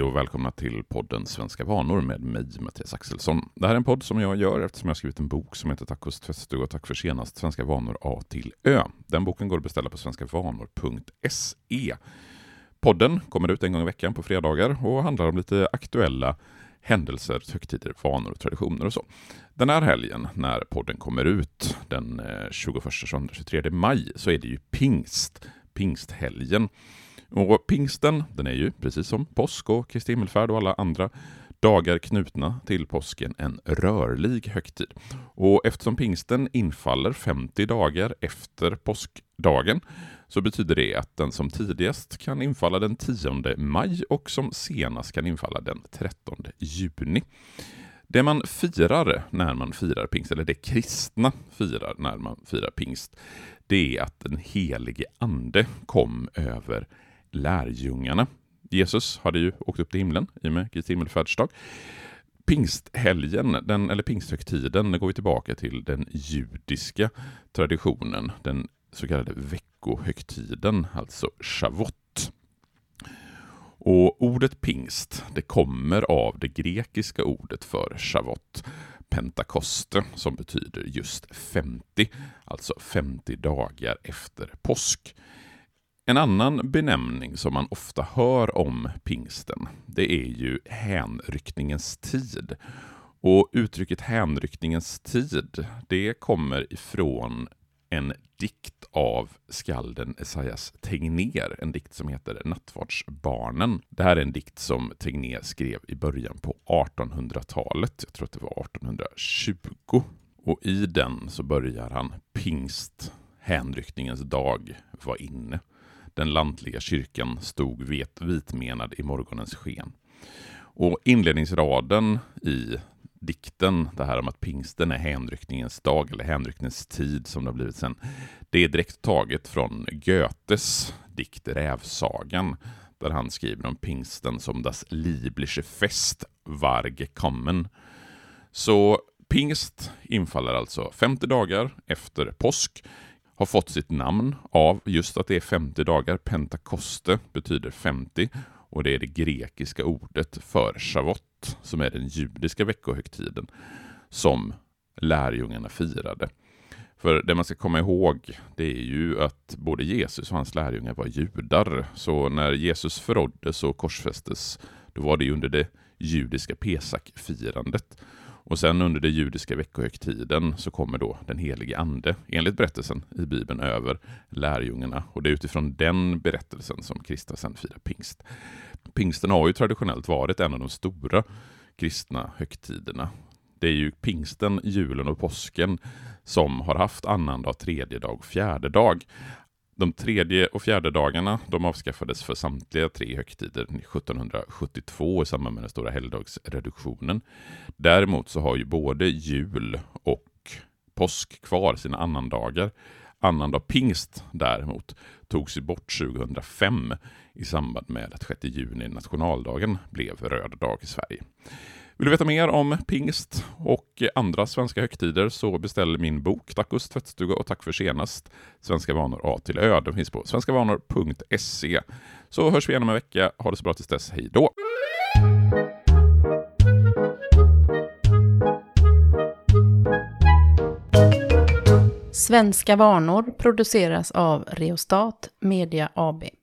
Hej och välkomna till podden Svenska vanor med mig, Mattias Axelsson. Det här är en podd som jag gör eftersom jag har skrivit en bok som heter Tack hos tvättstuga och tack för senast, Svenska vanor A till Ö. Den boken går att beställa på svenskavanor.se. Podden kommer ut en gång i veckan på fredagar och handlar om lite aktuella händelser, högtider, vanor och traditioner och så. Den här helgen när podden kommer ut den 21-23 maj så är det ju pingsthelgen. Och pingsten, den är ju precis som påsk och Kristi himmelfärd och alla andra dagar knutna till påsken en rörlig högtid. Och eftersom pingsten infaller 50 dagar efter påskdagen så betyder det att den som tidigast kan infalla den 10 maj och som senast kan infalla den 13 juni. Det man firar när man firar pingst, eller det kristna firar när man firar pingst, det är att den helige ande kom över lärjungarna. Jesus hade ju åkt upp till himlen i och med Kristi himmelfärdsdag. Pingsthelgen, eller pingsthögtiden, går vi tillbaka till den judiska traditionen, den så kallade veckohögtiden, alltså Shavuot. Och ordet pingst, det kommer av det grekiska ordet för Shavuot, Pentakoste, som betyder just 50, alltså 50 dagar efter påsk. En annan benämning som man ofta hör om pingsten, det är ju hänryckningens tid. Och uttrycket hänryckningens tid, det kommer ifrån en dikt av skalden Esaias Tegnér, en dikt som heter Nattvardsbarnen. Det här är en dikt som Tegnér skrev i början på 1800-talet, jag tror att det var 1820. Och i den så börjar han: pingst, hänryckningens dag var inne. Den lantliga kyrkan stod vitmenad i morgonens sken. Och inledningsraden i dikten, det här om att pingsten är hänryckningens dag eller hänryckningens tid som det har blivit sen, det är direkt taget från Goethes dikt Rävsagan, där han skriver om pingsten som das liebliche Fest war gekommen. Så pingst infaller alltså 50 dagar efter påsk, har fått sitt namn av just att det är 50 dagar. Pentakoste betyder 50 och det är det grekiska ordet för Shavuot som är den judiska veckohögtiden som lärjungarna firade. För det man ska komma ihåg, det är ju att både Jesus och hans lärjungar var judar. Så när Jesus förråddes och korsfästes, då var det under det judiska Pesach-firandet. Och sen under det judiska veckohögtiden så kommer då den helige ande, enligt berättelsen i Bibeln, över lärjungarna. Och det är utifrån den berättelsen som kristna sen firar pingst. Pingsten har ju traditionellt varit en av de stora kristna högtiderna. Det är ju pingsten, julen och påsken som har haft annandag, tredje dag och fjärde dag. De tredje och fjärde dagarna, de avskaffades för samtliga tre högtider 1772 i samband med den stora helgdagsreduktionen. Däremot så har ju både jul och påsk kvar sina annandagar. Annandag pingst däremot togs ju bort 2005 i samband med att 6 juni, nationaldagen, blev röd dag i Sverige. Vill du veta mer om pingst och andra svenska högtider så beställ min bok Tack hos tvättstuga och tack för senast, Svenska vanor A till Ö. Den finns på svenskavanor.se. Så hörs vi igen om en vecka. Ha det så bra tills dess. Hej då! Svenska vanor produceras av Reostat Media AB.